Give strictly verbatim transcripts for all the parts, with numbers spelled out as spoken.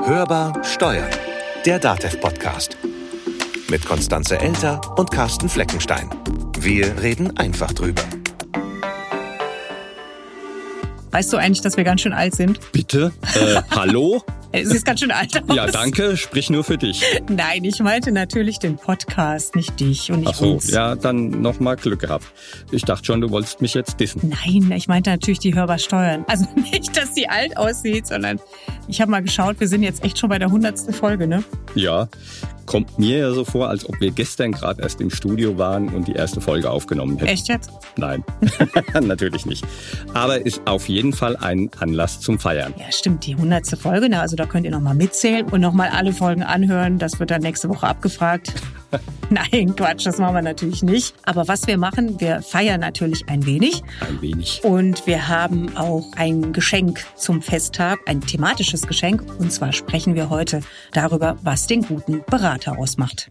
Hörbar Steuern, der DATEV-Podcast. Mit Constanze Elter und Carsten Fleckenstein. Wir reden einfach drüber. Weißt du eigentlich, dass wir ganz schön alt sind? Bitte? Äh, hallo? Es ist ganz schön alt aus. Ja, danke. Sprich nur für dich. Nein, ich meinte natürlich den Podcast, nicht dich und nicht Ach so, uns. ja, dann nochmal Glück gehabt. Ich dachte schon, du wolltest mich jetzt dissen. Nein, ich meinte natürlich die Hörbar Steuern. Also nicht, dass sie alt aussieht, sondern ich habe mal geschaut, wir sind jetzt echt schon bei der hundertsten Folge, ne? Ja, kommt mir ja so vor, als ob wir gestern gerade erst im Studio waren und die erste Folge aufgenommen hätten. Echt jetzt? Nein, natürlich nicht. Aber ist auf jeden Fall ein Anlass zum Feiern. Ja, stimmt, die hundertste Folge, ne? Also da könnt ihr nochmal mitzählen und nochmal alle Folgen anhören. Das wird dann nächste Woche abgefragt. Nein, Quatsch, das machen wir natürlich nicht. Aber was wir machen, wir feiern natürlich ein wenig. Ein wenig. Und wir haben auch ein Geschenk zum Festtag, ein thematisches Geschenk. Und zwar sprechen wir heute darüber, was den guten Berater ausmacht.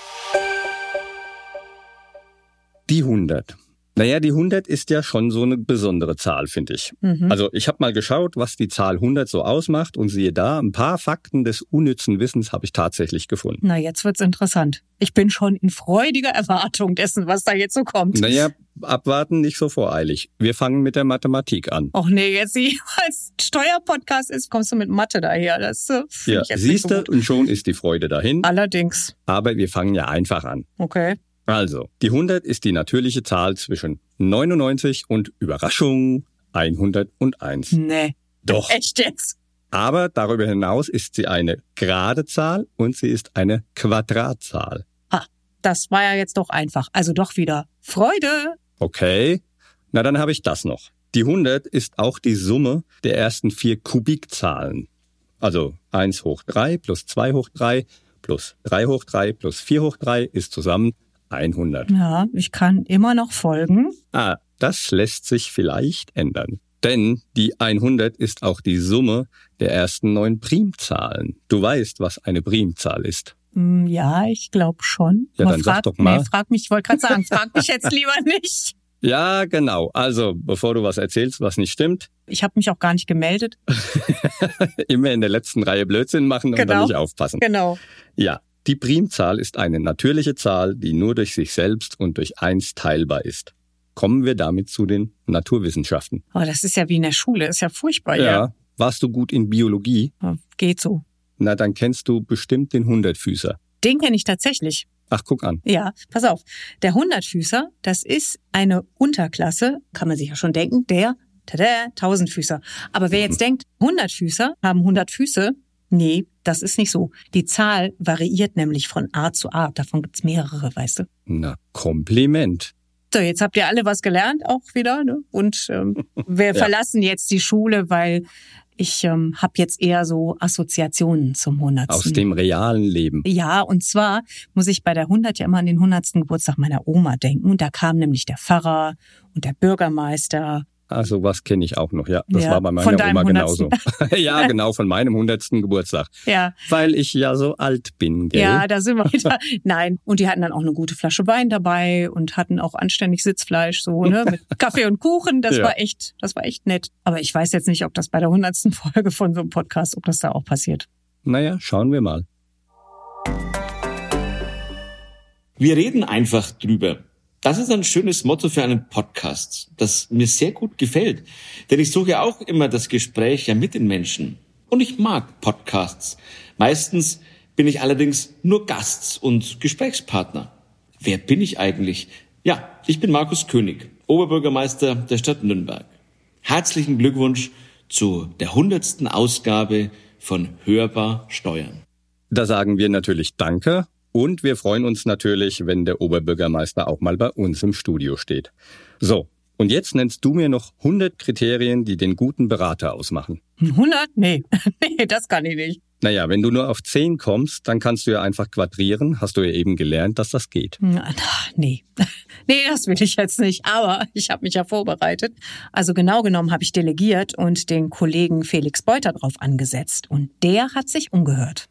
Die hundert. Naja, die hundert ist ja schon so eine besondere Zahl, finde ich. Mhm. Also ich habe mal geschaut, was die Zahl hundert so ausmacht und siehe da, ein paar Fakten des unnützen Wissens habe ich tatsächlich gefunden. Na, jetzt wird's interessant. Ich bin schon in freudiger Erwartung dessen, was da jetzt so kommt. Naja, abwarten, nicht so voreilig. Wir fangen mit der Mathematik an. Och nee, jetzt sie als Steuerpodcast ist, kommst du mit Mathe daher. Das äh, ja, ich jetzt siehst nicht so du, gut. und schon ist die Freude dahin. Allerdings. Aber wir fangen ja einfach an. Okay. Also, die hundert ist die natürliche Zahl zwischen neunundneunzig und Überraschung hunderteins. Nee. Doch. Echt jetzt? Aber darüber hinaus ist sie eine gerade Zahl und sie ist eine Quadratzahl. Ha, das war ja jetzt doch einfach. Also doch wieder Freude. Okay, na dann habe ich das noch. Die hundert ist auch die Summe der ersten vier Kubikzahlen. Also eins hoch drei plus zwei hoch drei plus drei hoch drei plus vier hoch drei ist zusammen hundert. Ja, ich kann immer noch folgen. Ah, das lässt sich vielleicht ändern. Denn die hundert ist auch die Summe der ersten neun Primzahlen. Du weißt, was eine Primzahl ist. Ja, ich glaube schon. Ja, Aber dann frag, sag doch mal. Nee, frag mich, ich wollte gerade sagen, frag mich jetzt lieber nicht. Ja, genau. Also, bevor du was erzählst, was nicht stimmt. Ich habe mich auch gar nicht gemeldet. Immer in der letzten Reihe Blödsinn machen und Genau. dann nicht aufpassen. Genau. Ja, die Primzahl ist eine natürliche Zahl, die nur durch sich selbst und durch eins teilbar ist. Kommen wir damit zu den Naturwissenschaften. Aber das ist ja wie in der Schule, ist ja furchtbar. Ja. Ja. Warst du gut in Biologie? Ja, geht so. Na, dann kennst du bestimmt den Hundertfüßer. Den kenne ich tatsächlich. Ach, guck an. Ja, pass auf. Der Hundertfüßer, das ist eine Unterklasse, kann man sich ja schon denken, der tada, Tausendfüßer. Aber wer jetzt denkt, Hundertfüßer haben hundert Füße, nee, das ist nicht so. Die Zahl variiert nämlich von Art zu Art. Davon gibt's mehrere, weißt du. Na, Kompliment. So, jetzt habt ihr alle was gelernt auch wieder, ne? Und ähm, wir Ja. verlassen jetzt die Schule, weil ich ähm, habe jetzt eher so Assoziationen zum Hundertsten. Aus dem realen Leben. Ja, und zwar muss ich bei der hundert ja immer an den hundertsten Geburtstag meiner Oma denken. Und da kam nämlich der Pfarrer und der Bürgermeister. Also was kenne ich auch noch, ja. Das Ja, war bei meiner von deinem Oma genauso. hundertsten. Ja, genau, von meinem hundertsten Geburtstag. Ja, Weil ich ja so alt bin, gell? ja, da sind wir wieder. Nein, und die hatten dann auch eine gute Flasche Wein dabei und hatten auch anständig Sitzfleisch, so, ne, mit Kaffee und Kuchen. Das Ja. war echt, das war echt nett. Aber ich weiß jetzt nicht, ob das bei der hundertsten Folge von so einem Podcast, ob das da auch passiert. Naja, schauen wir mal. Wir reden einfach drüber. Das ist ein schönes Motto für einen Podcast, das mir sehr gut gefällt. Denn ich suche auch immer das Gespräch ja mit den Menschen. Und ich mag Podcasts. Meistens bin ich allerdings nur Gast und Gesprächspartner. Wer bin ich eigentlich? Ja, ich bin Markus König, Oberbürgermeister der Stadt Nürnberg. Herzlichen Glückwunsch zu der hundertsten Ausgabe von Hörbar Steuern. Da sagen wir natürlich Danke und wir freuen uns natürlich, wenn der Oberbürgermeister auch mal bei uns im Studio steht. So, und jetzt nennst du mir noch hundert Kriterien, die den guten Berater ausmachen. hundert? Nee, nee, das kann ich nicht. Naja, wenn du nur auf zehn kommst, dann kannst du ja einfach quadrieren. Hast du ja eben gelernt, dass das geht. Na, nee, nee, das will ich jetzt nicht. Aber ich habe mich ja vorbereitet. Also genau genommen habe ich delegiert und den Kollegen Felix Beuter drauf angesetzt. Und der hat sich umgehört.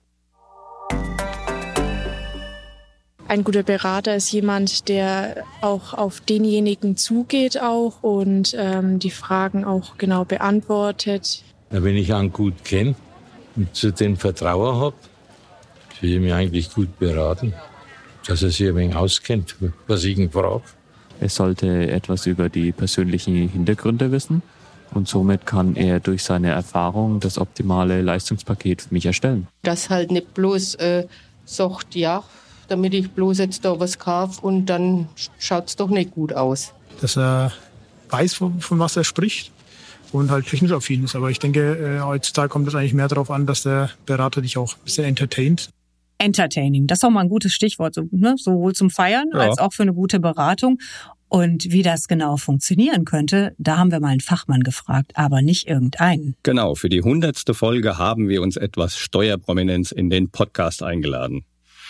Ein guter Berater ist jemand, der auch auf denjenigen zugeht auch und ähm, die Fragen auch genau beantwortet. Wenn ich einen gut kenne, und zu dem Vertrauen habe, will ich mich eigentlich gut beraten, dass er sich ein wenig auskennt, was ich ihn frage. Er sollte etwas über die persönlichen Hintergründe wissen und somit kann er durch seine Erfahrung das optimale Leistungspaket für mich erstellen. Das halt nicht bloß äh, sagt, ja, damit ich bloß jetzt da was kaufe und dann schaut's doch nicht gut aus. Dass er weiß, von, von was er spricht und halt technisch affin ist. Aber ich denke, äh, heutzutage kommt es eigentlich mehr darauf an, dass der Berater dich auch ein bisschen entertaint. Entertaining, das ist auch mal ein gutes Stichwort, so, ne? Sowohl zum Feiern ja. als auch für eine gute Beratung. Und wie das genau funktionieren könnte, da haben wir mal einen Fachmann gefragt, aber nicht irgendeinen. Genau, für die hundertste Folge haben wir uns etwas Steuerprominenz in den Podcast eingeladen.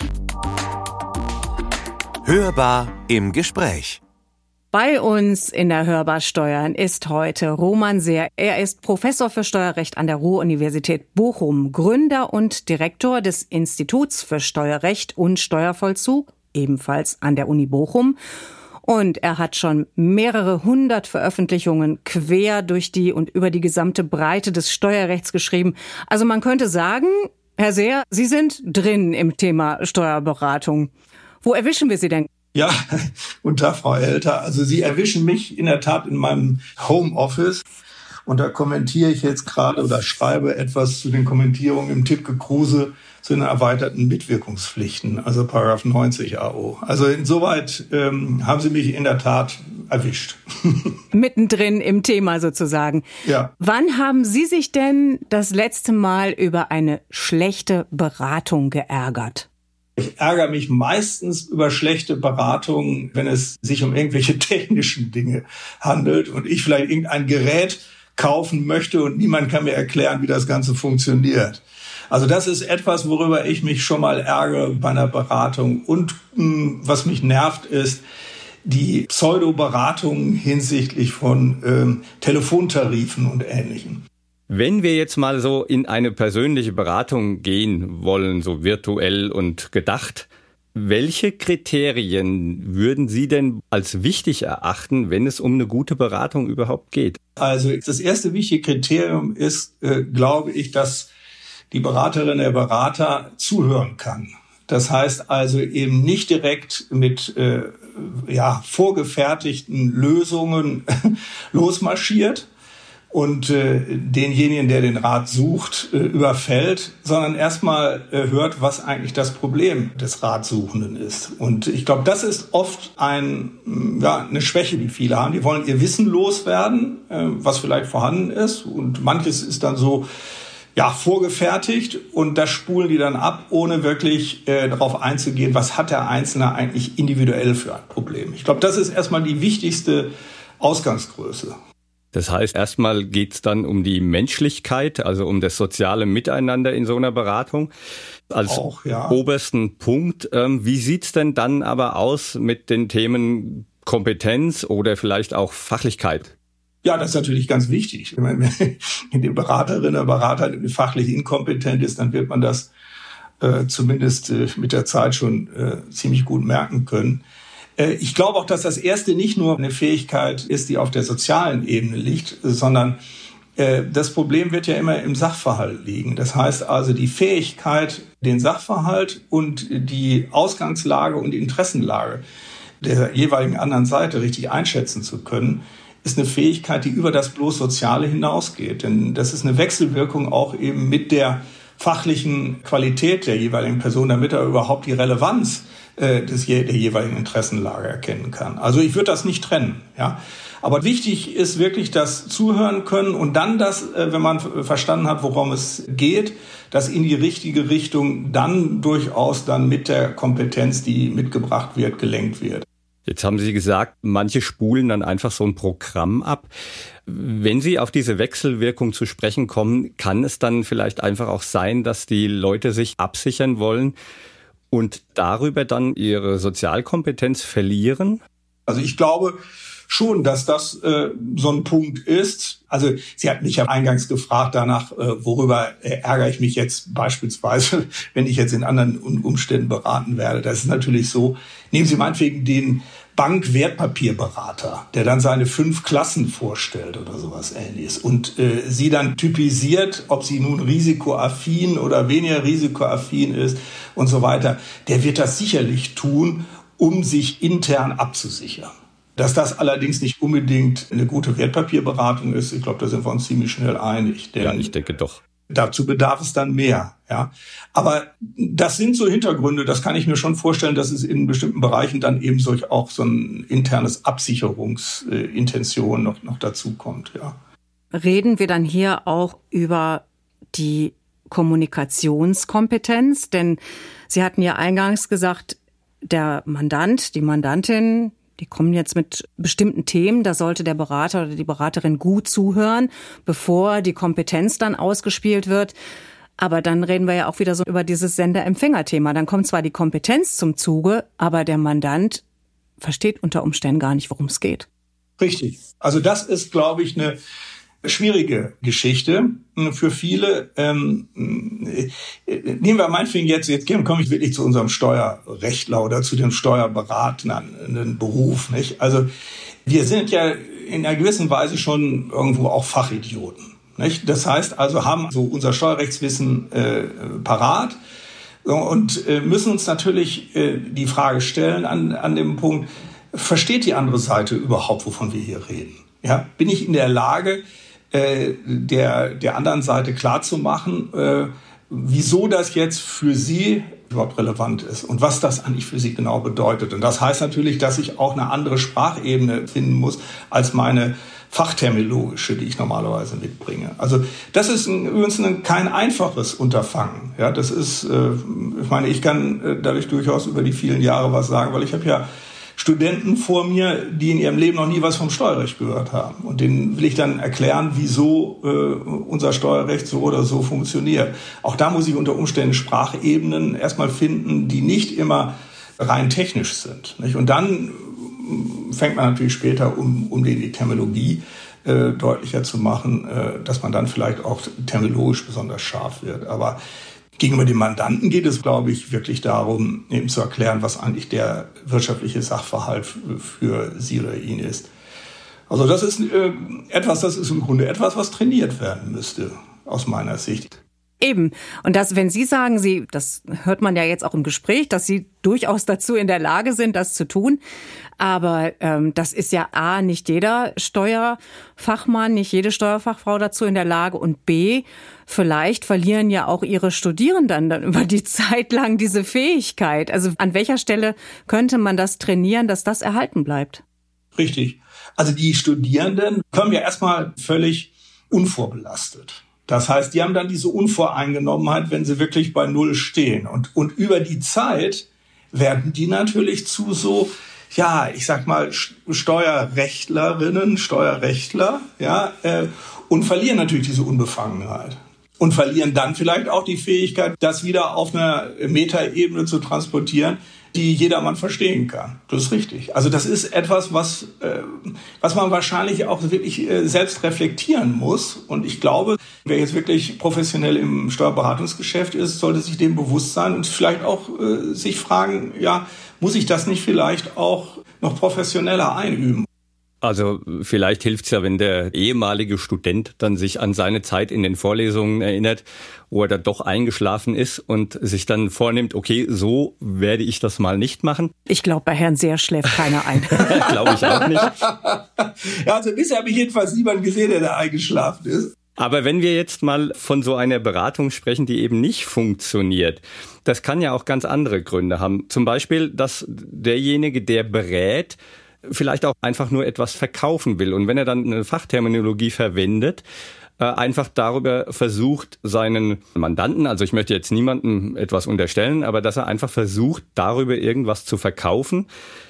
Hörbar im Gespräch. Bei uns in der Hörbar Steuern ist heute Roman Seer. Er ist Professor für Steuerrecht an der Ruhr-Universität Bochum, Gründer und Direktor des Instituts für Steuerrecht und Steuervollzug, ebenfalls an der Uni Bochum. Und er hat schon mehrere hundert Veröffentlichungen quer durch die und über die gesamte Breite des Steuerrechts geschrieben. Also man könnte sagen, Herr Seer, Sie sind drin im Thema Steuerberatung. Wo erwischen wir Sie denn? Ja, guten Tag, Frau Elter. Also Sie erwischen mich in der Tat in meinem Homeoffice. Und da kommentiere ich jetzt gerade oder schreibe etwas zu den Kommentierungen im Tipke Kruse zu den erweiterten Mitwirkungspflichten, also Paragraph neunzig A O. Also insoweit ähm, haben Sie mich in der Tat erwischt. Mittendrin im Thema sozusagen. Ja. Wann haben Sie sich denn das letzte Mal über eine schlechte Beratung geärgert? Ich ärgere mich meistens über schlechte Beratungen, wenn es sich um irgendwelche technischen Dinge handelt und ich vielleicht irgendein Gerät kaufen möchte und niemand kann mir erklären, wie das Ganze funktioniert. Also das ist etwas, worüber ich mich schon mal ärgere bei einer Beratung. Und mh, was mich nervt, ist die Pseudo-Beratungen hinsichtlich von ähm, Telefontarifen und Ähnlichem. Wenn wir jetzt mal so in eine persönliche Beratung gehen wollen, so virtuell und gedacht, welche Kriterien würden Sie denn als wichtig erachten, wenn es um eine gute Beratung überhaupt geht? Also das erste wichtige Kriterium ist, äh, glaube ich, dass die Beraterin, der Berater zuhören kann. Das heißt also eben nicht direkt mit äh, ja, vorgefertigten Lösungen losmarschiert und äh, denjenigen, der den Rat sucht, äh, überfällt, sondern erstmal äh, hört, was eigentlich das Problem des Ratsuchenden ist. Und ich glaube, das ist oft ein, ja, eine Schwäche, die viele haben. Die wollen ihr Wissen loswerden, äh, was vielleicht vorhanden ist. Und manches ist dann so, ja, vorgefertigt und das spulen die dann ab, ohne wirklich äh, darauf einzugehen, was hat der Einzelne eigentlich individuell für ein Problem. Ich glaube, das ist erstmal die wichtigste Ausgangsgröße. Das heißt, erstmal geht's dann um die Menschlichkeit, also um das soziale Miteinander in so einer Beratung als Auch, ja. obersten Punkt. Ähm, wie sieht's denn dann aber aus mit den Themen Kompetenz oder vielleicht auch Fachlichkeit? Ja, das ist natürlich ganz wichtig. Wenn die Beraterin oder Berater fachlich inkompetent ist, dann wird man das äh, zumindest äh, mit der Zeit schon äh, ziemlich gut merken können. Äh, ich glaube auch, dass das Erste nicht nur eine Fähigkeit ist, die auf der sozialen Ebene liegt, sondern äh, das Problem wird ja immer im Sachverhalt liegen. Das heißt also, die Fähigkeit, den Sachverhalt und die Ausgangslage und die Interessenlage der jeweiligen anderen Seite richtig einschätzen zu können, ist eine Fähigkeit, die über das bloß Soziale hinausgeht. Denn das ist eine Wechselwirkung auch eben mit der fachlichen Qualität der jeweiligen Person, damit er überhaupt die Relevanz äh, des, der jeweiligen Interessenlage erkennen kann. Also ich würde das nicht trennen. Ja. Aber wichtig ist wirklich das Zuhören können und dann das, äh, wenn man verstanden hat, worum es geht, das in die richtige Richtung dann durchaus dann mit der Kompetenz, die mitgebracht wird, gelenkt wird. Jetzt haben Sie gesagt, manche spulen dann einfach so ein Programm ab. Wenn Sie auf diese Wechselwirkung zu sprechen kommen, kann es dann vielleicht einfach auch sein, dass die Leute sich absichern wollen und darüber dann ihre Sozialkompetenz verlieren? Also ich glaube schon, dass das äh, so ein Punkt ist. Also Sie hatten mich ja eingangs gefragt danach, äh, worüber äh, ärgere ich mich jetzt beispielsweise, wenn ich jetzt in anderen Umständen beraten werde. Das ist natürlich so. Nehmen Sie meinetwegen den Bankwertpapierberater, der dann seine fünf Klassen vorstellt oder sowas Ähnliches und äh, sie dann typisiert, ob sie nun risikoaffin oder weniger risikoaffin ist und so weiter, der wird das sicherlich tun, um sich intern abzusichern. Dass das allerdings nicht unbedingt eine gute Wertpapierberatung ist, ich glaube, da sind wir uns ziemlich schnell einig. Denn ja, ich denke doch. Dazu bedarf es dann mehr, ja. Aber das sind so Hintergründe, das kann ich mir schon vorstellen, dass es in bestimmten Bereichen dann eben solch auch so ein internes Absicherungsintention noch, noch dazu kommt, ja. Reden wir dann hier auch über die Kommunikationskompetenz? Denn Sie hatten ja eingangs gesagt, der Mandant, die Mandantin, die kommen jetzt mit bestimmten Themen, da sollte der Berater oder die Beraterin gut zuhören, bevor die Kompetenz dann ausgespielt wird. Aber dann reden wir ja auch wieder so über dieses Sender-Empfänger-Thema. Dann kommt zwar die Kompetenz zum Zuge, aber der Mandant versteht unter Umständen gar nicht, worum es geht. Richtig. Also das ist, glaube ich, eine schwierige Geschichte für viele. Ähm, nehmen wir meinetwegen jetzt, jetzt komme ich wirklich zu unserem Steuerrechtler oder zu dem steuerberatenden Beruf, nicht? Also wir sind ja in einer gewissen Weise schon irgendwo auch Fachidioten, nicht? Das heißt also, haben so unser Steuerrechtswissen äh, parat und äh, müssen uns natürlich äh, die Frage stellen an, an dem Punkt, versteht die andere Seite überhaupt, wovon wir hier reden? Ja, bin ich in der Lage, der der anderen Seite klarzumachen, äh, wieso das jetzt für sie überhaupt relevant ist und was das eigentlich für sie genau bedeutet. Und das heißt natürlich, dass ich auch eine andere Sprachebene finden muss als meine fachterminologische, die ich normalerweise mitbringe. Also das ist ein, übrigens ein, kein einfaches Unterfangen. Ja, das ist, äh, ich meine, ich kann äh, dadurch durchaus über die vielen Jahre was sagen, weil ich habe ja Studenten vor mir, die in ihrem Leben noch nie was vom Steuerrecht gehört haben. Und denen will ich dann erklären, wieso äh, unser Steuerrecht so oder so funktioniert. Auch da muss ich unter Umständen Sprachebenen erstmal finden, die nicht immer rein technisch sind, nicht? Und dann fängt man natürlich später, um, um die Terminologie äh, deutlicher zu machen, äh, dass man dann vielleicht auch terminologisch besonders scharf wird. Aber gegenüber dem Mandanten geht es, glaube ich, wirklich darum, eben zu erklären, was eigentlich der wirtschaftliche Sachverhalt für sie oder ihn ist. Also das ist äh, etwas, das ist im Grunde etwas, was trainiert werden müsste, aus meiner Sicht. Eben. Und das, wenn Sie sagen, Sie, das hört man ja jetzt auch im Gespräch, dass Sie durchaus dazu in der Lage sind, das zu tun. Aber ähm, das ist ja A, nicht jeder Steuerfachmann, nicht jede Steuerfachfrau dazu in der Lage. Und B, vielleicht verlieren ja auch Ihre Studierenden dann über die Zeit lang diese Fähigkeit. Also an welcher Stelle könnte man das trainieren, dass das erhalten bleibt? Richtig. Also die Studierenden kommen ja erstmal völlig unvorbelastet. Das heißt, die haben dann diese Unvoreingenommenheit, wenn sie wirklich bei Null stehen. Und, und über die Zeit werden die natürlich zu so, ja, ich sag mal, Steuerrechtlerinnen, Steuerrechtler, ja, äh, und verlieren natürlich diese Unbefangenheit. Und verlieren dann vielleicht auch die Fähigkeit, das wieder auf einer Metaebene zu transportieren, die jedermann verstehen kann. Das ist richtig. Also das ist etwas, was, äh, was man wahrscheinlich auch wirklich äh, selbst reflektieren muss. Und ich glaube, wer jetzt wirklich professionell im Steuerberatungsgeschäft ist, sollte sich dem bewusst sein und vielleicht auch äh, sich fragen, ja, muss ich das nicht vielleicht auch noch professioneller einüben? Also vielleicht hilft's ja, wenn der ehemalige Student dann sich an seine Zeit in den Vorlesungen erinnert, wo er da doch eingeschlafen ist und sich dann vornimmt, okay, so werde ich das mal nicht machen. Ich glaube, bei Herrn Seer schläft keiner ein. Glaube ich auch nicht. Ja, also bisher habe ich jedenfalls niemanden gesehen, der da eingeschlafen ist. Aber wenn wir jetzt mal von so einer Beratung sprechen, die eben nicht funktioniert, das kann ja auch ganz andere Gründe haben. Zum Beispiel, dass derjenige, der berät, vielleicht auch einfach nur etwas verkaufen will. Und wenn er dann eine Fachterminologie verwendet, äh, einfach darüber versucht, seinen Mandanten, also ich möchte jetzt niemandem etwas unterstellen, aber dass er einfach versucht, darüber irgendwas zu verkaufen.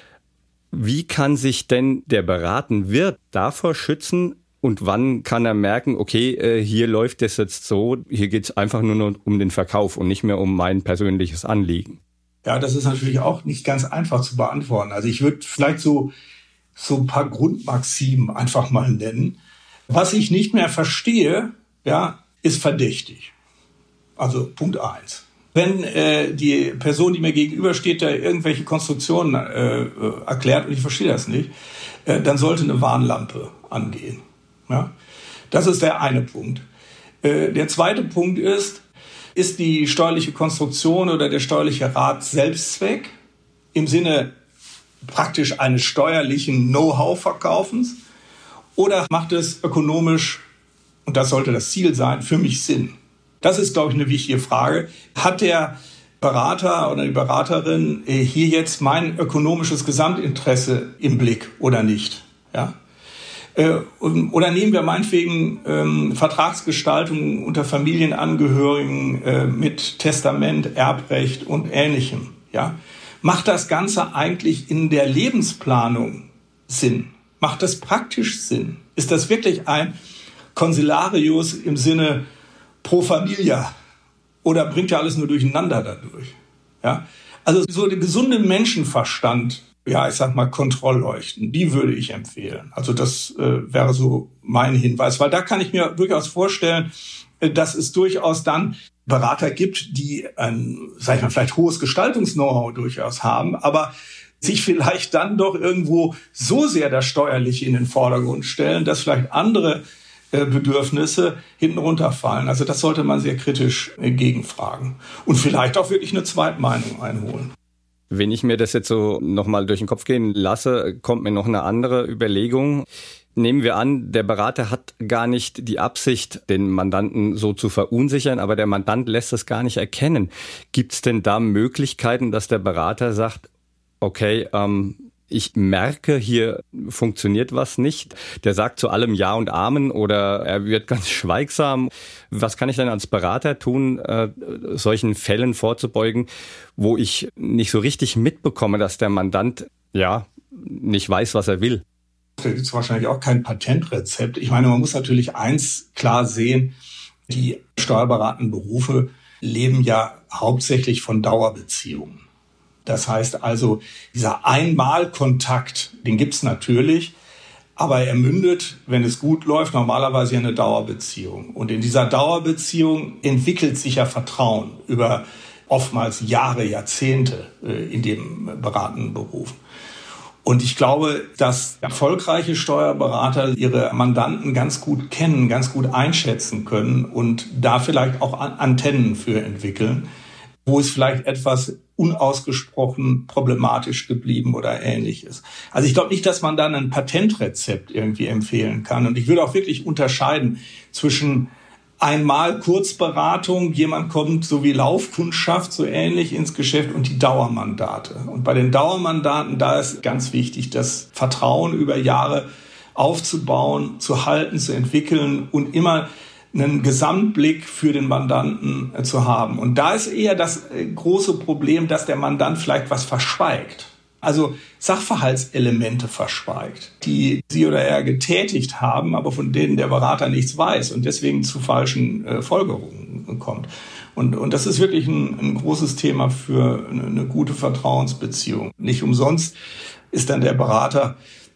Wie kann sich denn der beraten Wirt davor schützen und wann kann er merken, okay, äh, hier läuft es jetzt so, hier geht es einfach nur noch um den Verkauf und nicht mehr um mein persönliches Anliegen? Ja, das ist natürlich auch nicht ganz einfach zu beantworten. Also ich würde vielleicht so, so ein paar Grundmaximen einfach mal nennen. Was ich nicht mehr verstehe, ja, ist verdächtig. Also Punkt eins. Wenn äh, die Person, die mir gegenübersteht, da irgendwelche Konstruktionen äh, erklärt und ich verstehe das nicht, äh, dann sollte eine Warnlampe angehen. Ja? Das ist der eine Punkt. Äh, der zweite Punkt ist, ist die steuerliche Konstruktion oder der steuerliche Rat Selbstzweck im Sinne praktisch eines steuerlichen Know-how-Verkaufens oder macht es ökonomisch, und das sollte das Ziel sein, für mich Sinn? Das ist, glaube ich, eine wichtige Frage. Hat der Berater oder die Beraterin hier jetzt mein ökonomisches Gesamtinteresse im Blick oder nicht? Ja? Oder nehmen wir meinetwegen ähm, Vertragsgestaltung unter Familienangehörigen äh, mit Testament, Erbrecht und Ähnlichem. Ja? Macht das Ganze eigentlich in der Lebensplanung Sinn? Macht das praktisch Sinn? Ist das wirklich ein Consilarius im Sinne pro Familia oder bringt ja alles nur durcheinander dadurch? Ja? Also so der gesunde Menschenverstand, ja, ich sag mal Kontrollleuchten, die würde ich empfehlen. Also das äh, wäre so mein Hinweis, weil da kann ich mir durchaus vorstellen, äh, dass es durchaus dann Berater gibt, die ein, sag ich mal, vielleicht hohes Gestaltungs-Know-how durchaus haben, aber sich vielleicht dann doch irgendwo so sehr das Steuerliche in den Vordergrund stellen, dass vielleicht andere äh, Bedürfnisse hinten runterfallen. Also das sollte man sehr kritisch äh, gegenfragen und vielleicht auch wirklich eine Zweitmeinung einholen. Wenn ich mir das jetzt so nochmal durch den Kopf gehen lasse, kommt mir noch eine andere Überlegung. Nehmen wir an, der Berater hat gar nicht die Absicht, den Mandanten so zu verunsichern, aber der Mandant lässt es gar nicht erkennen. Gibt es denn da Möglichkeiten, dass der Berater sagt, okay, ähm, ich merke, hier funktioniert was nicht. Der sagt zu allem Ja und Amen oder er wird ganz schweigsam. Was kann ich denn als Berater tun, äh, solchen Fällen vorzubeugen, wo ich nicht so richtig mitbekomme, dass der Mandant ja nicht weiß, was er will? Da gibt es wahrscheinlich auch kein Patentrezept. Ich meine, man muss natürlich eins klar sehen, die steuerberatenden Berufe leben ja hauptsächlich von Dauerbeziehungen. Das heißt also, dieser Einmalkontakt, den gibt's natürlich, aber er mündet, wenn es gut läuft, normalerweise in eine Dauerbeziehung. Und in dieser Dauerbeziehung entwickelt sich ja Vertrauen über oftmals Jahre, Jahrzehnte in dem beratenden Beruf. Und ich glaube, dass erfolgreiche Steuerberater ihre Mandanten ganz gut kennen, ganz gut einschätzen können und da vielleicht auch Antennen für entwickeln, wo es vielleicht etwas unausgesprochen problematisch geblieben oder Ähnliches. Also ich glaube nicht, dass man dann ein Patentrezept irgendwie empfehlen kann. Und ich würde auch wirklich unterscheiden zwischen einmal Kurzberatung, jemand kommt so wie Laufkundschaft so ähnlich ins Geschäft und die Dauermandate. Und bei den Dauermandaten, da ist ganz wichtig, das Vertrauen über Jahre aufzubauen, zu halten, zu entwickeln und immer einen Gesamtblick für den Mandanten äh, zu haben. Und da ist eher das äh, große Problem, dass der Mandant vielleicht was verschweigt. Also Sachverhaltselemente verschweigt, die sie oder er getätigt haben, aber von denen der Berater nichts weiß und deswegen zu falschen äh, Folgerungen kommt. Und, und das ist wirklich ein, ein großes Thema für eine, eine gute Vertrauensbeziehung. Nicht umsonst ist dann der Berater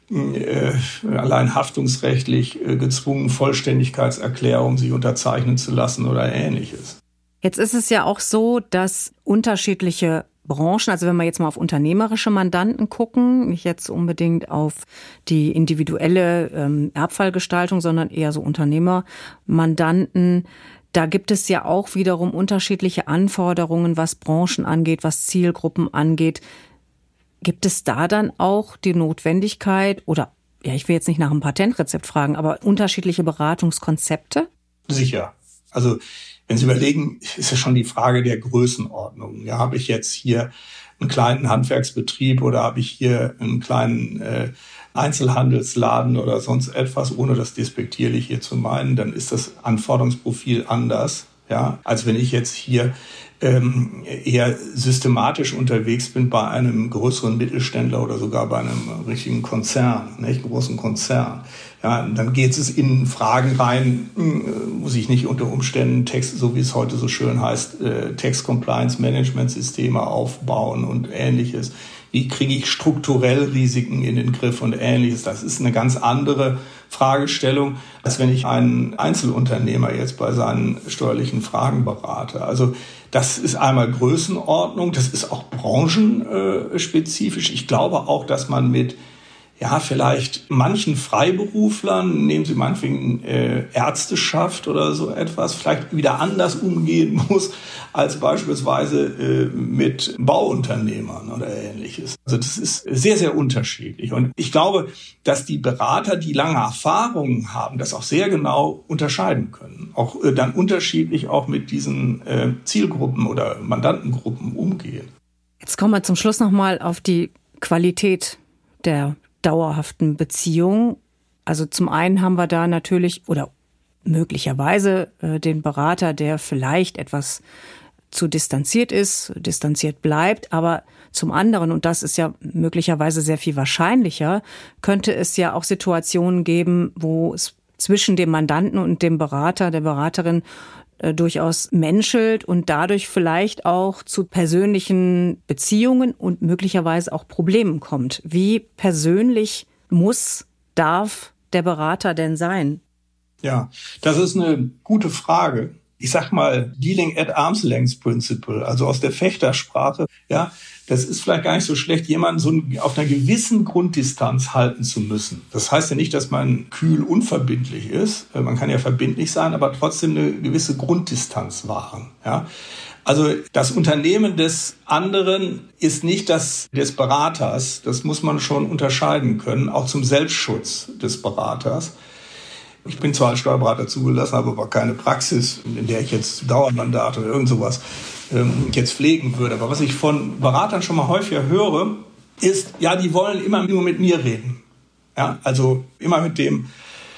Äh, allein haftungsrechtlich äh, gezwungen, Vollständigkeitserklärung sich unterzeichnen zu lassen oder Ähnliches. Jetzt ist es ja auch so, dass unterschiedliche Branchen, also wenn wir jetzt mal auf unternehmerische Mandanten gucken, nicht jetzt unbedingt auf die individuelle ähm, Erbfallgestaltung, sondern eher so Unternehmermandanten, da gibt es ja auch wiederum unterschiedliche Anforderungen, was Branchen angeht, was Zielgruppen angeht. Gibt es da dann auch die Notwendigkeit oder, ja, ich will jetzt nicht nach einem Patentrezept fragen, aber unterschiedliche Beratungskonzepte? Sicher. Also wenn Sie überlegen, ist ja schon die Frage der Größenordnung. Ja, habe ich jetzt hier einen kleinen Handwerksbetrieb oder habe ich hier einen kleinen äh, Einzelhandelsladen oder sonst etwas, ohne das despektierlich hier zu meinen, dann ist das Anforderungsprofil anders, ja, als wenn ich jetzt hier ähm, eher systematisch unterwegs bin bei einem größeren Mittelständler oder sogar bei einem richtigen Konzern, nicht großen Konzern. Ja, dann geht es in Fragen rein, muss ich nicht unter Umständen Text, so wie es heute so schön heißt, Text Compliance Management Systeme aufbauen und Ähnliches. Wie kriege ich strukturell Risiken in den Griff und Ähnliches? Das ist eine ganz andere Fragestellung, als wenn ich einen Einzelunternehmer jetzt bei seinen steuerlichen Fragen berate. Also das ist einmal Größenordnung, das ist auch branchenspezifisch. Ich glaube auch, dass man mit ja, vielleicht manchen Freiberuflern, nehmen Sie meinetwegen äh, Ärzteschaft oder so etwas, vielleicht wieder anders umgehen muss als beispielsweise äh, mit Bauunternehmern oder Ähnliches. Also das ist sehr, sehr unterschiedlich. Und ich glaube, dass die Berater, die lange Erfahrungen haben, das auch sehr genau unterscheiden können. Auch äh, dann unterschiedlich auch mit diesen äh, Zielgruppen oder Mandantengruppen umgehen. Jetzt kommen wir zum Schluss nochmal auf die Qualität der dauerhaften Beziehung. Also zum einen haben wir da natürlich oder möglicherweise äh, den Berater, der vielleicht etwas zu distanziert ist, distanziert bleibt, aber zum anderen, und das ist ja möglicherweise sehr viel wahrscheinlicher, könnte es ja auch Situationen geben, wo es zwischen dem Mandanten und dem Berater, der Beraterin äh, durchaus menschelt und dadurch vielleicht auch zu persönlichen Beziehungen und möglicherweise auch Problemen kommt. Wie persönlich muss, darf der Berater denn sein? Ja, das ist eine gute Frage. Ich sag mal, Dealing at Arm's Length Principle, also aus der Fechtersprache, ja, das ist vielleicht gar nicht so schlecht, jemanden so auf einer gewissen Grunddistanz halten zu müssen. Das heißt ja nicht, dass man kühl unverbindlich ist. Man kann ja verbindlich sein, aber trotzdem eine gewisse Grunddistanz wahren, ja. Also das Unternehmen des anderen ist nicht das des Beraters. Das muss man schon unterscheiden können, auch zum Selbstschutz des Beraters. Ich bin zwar als Steuerberater zugelassen, habe aber keine Praxis, in der ich jetzt Dauermandat oder irgend sowas ähm, jetzt pflegen würde. Aber was ich von Beratern schon mal häufiger höre, ist, ja, die wollen immer nur mit mir reden. Ja, also immer mit dem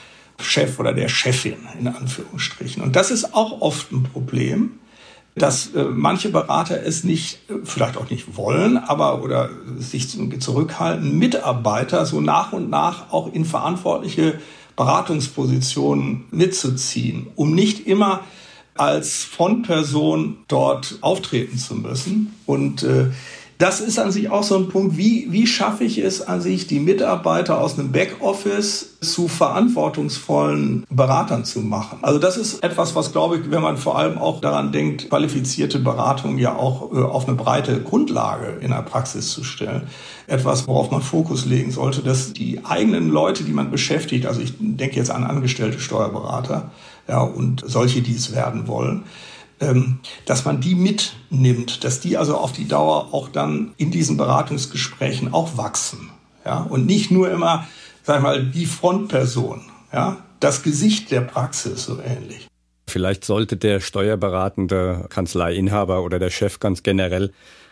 Chef oder der Chefin, in Anführungsstrichen. Und das ist auch oft ein Problem, dass äh, manche Berater es nicht, vielleicht auch nicht wollen, aber oder sich zurückhalten, Mitarbeiter so nach und nach auch in verantwortliche Beratungspositionen mitzuziehen, um nicht immer als Frontperson dort auftreten zu müssen. Und äh, das ist an sich auch so ein Punkt, wie, wie schaffe ich es an sich, die Mitarbeiter aus einem Backoffice zu verantwortungsvollen Beratern zu machen. Also das ist etwas, was, glaube ich, wenn man vor allem auch daran denkt, qualifizierte Beratung ja auch äh, auf eine breite Grundlage in der Praxis zu stellen. Etwas, worauf man Fokus legen sollte, dass die eigenen Leute, die man beschäftigt, also ich denke jetzt an angestellte Steuerberater, ja, und solche, die es werden wollen, ähm, dass man die mitnimmt, dass die also auf die Dauer auch dann in diesen Beratungsgesprächen auch wachsen, ja, und nicht nur immer, sag ich mal, die Frontperson, ja, das Gesicht der Praxis, so ähnlich. Vielleicht sollte der steuerberatende Kanzleiinhaber oder der Chef ganz generell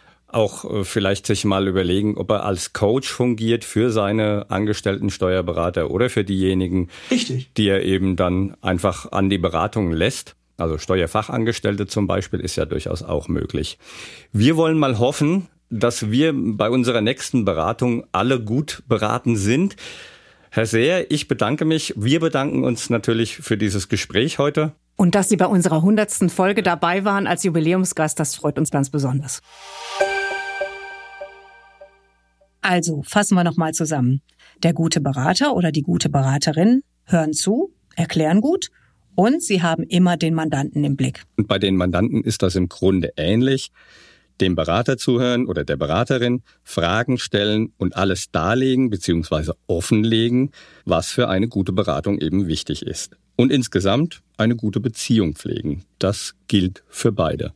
auch vielleicht sich mal überlegen, ob er als Coach fungiert für seine angestellten Steuerberater oder für diejenigen, Richtig. die er eben dann einfach an die Beratung lässt. Also Steuerfachangestellte zum Beispiel ist ja durchaus auch möglich. Wir wollen mal hoffen, dass wir bei unserer nächsten Beratung alle gut beraten sind. Herr Seher, ich bedanke mich. Wir bedanken uns natürlich für dieses Gespräch heute. Und dass Sie bei unserer hundertsten Folge dabei waren als Jubiläumsgast, das freut uns ganz besonders. Also, fassen wir nochmal zusammen. Der gute Berater oder die gute Beraterin hören zu, erklären gut und sie haben immer den Mandanten im Blick. Und bei den Mandanten ist das im Grunde ähnlich. Dem Berater zuhören oder der Beraterin, Fragen stellen und alles darlegen bzw. offenlegen, was für eine gute Beratung eben wichtig ist. Und insgesamt eine gute Beziehung pflegen. Das gilt für beide.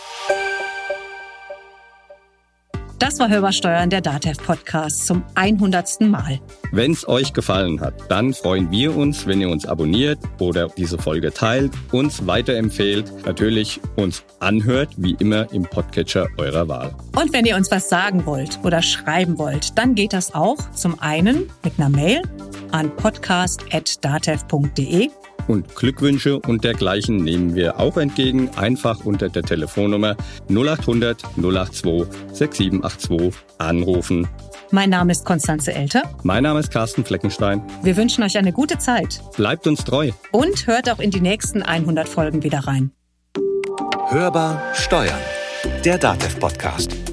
Das war Hörbar Steuern, der DATEV-Podcast zum hundertsten Mal. Wenn es euch gefallen hat, dann freuen wir uns, wenn ihr uns abonniert oder diese Folge teilt, uns weiterempfehlt, natürlich uns anhört, wie immer im Podcatcher eurer Wahl. Und wenn ihr uns was sagen wollt oder schreiben wollt, dann geht das auch zum einen mit einer Mail an podcast at datev punkt de. Und Glückwünsche und dergleichen nehmen wir auch entgegen, einfach unter der Telefonnummer null acht hundert null zwei sechs sieben acht zwei anrufen. Mein Name ist Konstanze Elter. Mein Name ist Carsten Fleckenstein. Wir wünschen euch eine gute Zeit. Bleibt uns treu. Und hört auch in die nächsten hundert Folgen wieder rein. Hörbar Steuern, der DATEV-Podcast.